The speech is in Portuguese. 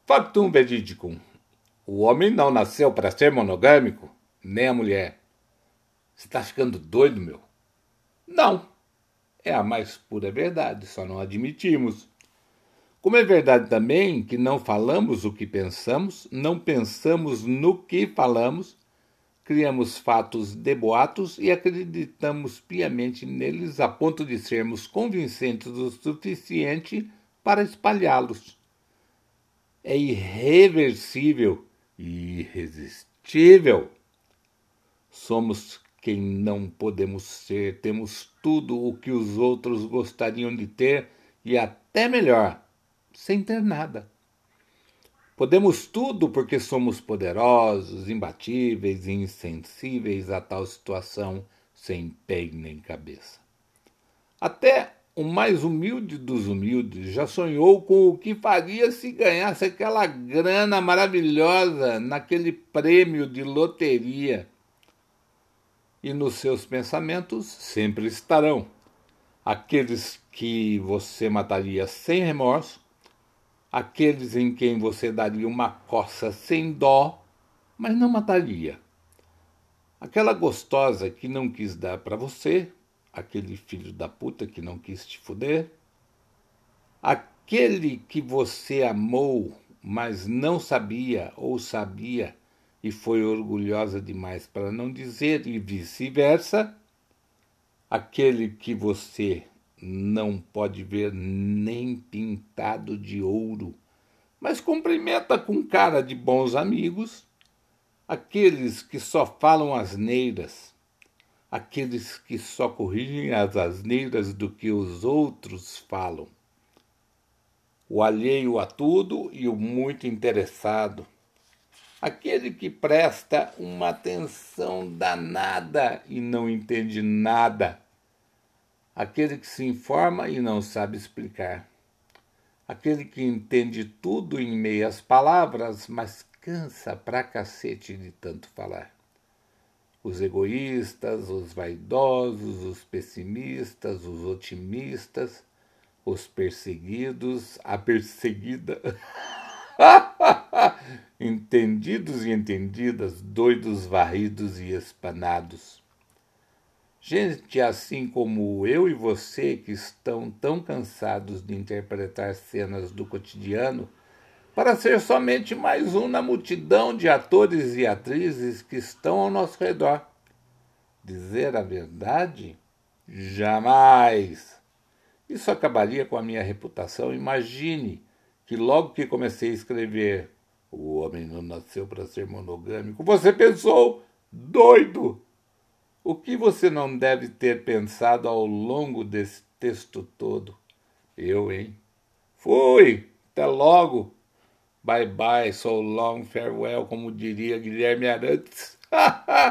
Factum veridicum. O homem não nasceu para ser monogâmico, nem a mulher. Você está ficando doido, meu? Não. É a mais pura verdade, só não admitimos. Como é verdade também que não falamos o que pensamos, não pensamos no que falamos, criamos fatos de boatos e acreditamos piamente neles a ponto de sermos convincentes o suficiente para espalhá-los. É irreversível e irresistível. Somos quem não podemos ser, temos tudo o que os outros gostariam de ter e até melhor, sem ter nada. Podemos tudo porque somos poderosos, imbatíveis e insensíveis a tal situação sem pé nem cabeça. Até o mais humilde dos humildes já sonhou com o que faria se ganhasse aquela grana maravilhosa naquele prêmio de loteria. E nos seus pensamentos sempre estarão aqueles que você mataria sem remorso, aqueles em quem você daria uma coça sem dó, mas não mataria. Aquela gostosa que não quis dar para você, aquele filho da puta que não quis te fuder, aquele que você amou, mas não sabia ou sabia e foi orgulhosa demais para não dizer e vice-versa, aquele que você não pode ver nem pintado de ouro, mas cumprimenta com cara de bons amigos, aqueles que só falam asneiras, aqueles que só corrigem as asneiras do que os outros falam, o alheio a tudo e o muito interessado, aquele que presta uma atenção danada e não entende nada, aquele que se informa e não sabe explicar, aquele que entende tudo em meias palavras, mas cansa pra cacete de tanto falar. Os egoístas, os vaidosos, os pessimistas, os otimistas, os perseguidos, a perseguida, entendidos e entendidas, doidos, varridos e espanados. Gente assim como eu e você que estão tão cansados de interpretar cenas do cotidiano para ser somente mais um na multidão de atores e atrizes que estão ao nosso redor. Dizer a verdade? Jamais! Isso acabaria com a minha reputação. Imagine que logo que comecei a escrever "O homem não nasceu para ser monogâmico", você pensou, doido! O que você não deve ter pensado ao longo desse texto todo? Eu, hein? Fui! Até logo! Bye bye, so long, farewell, como diria Guilherme Arantes.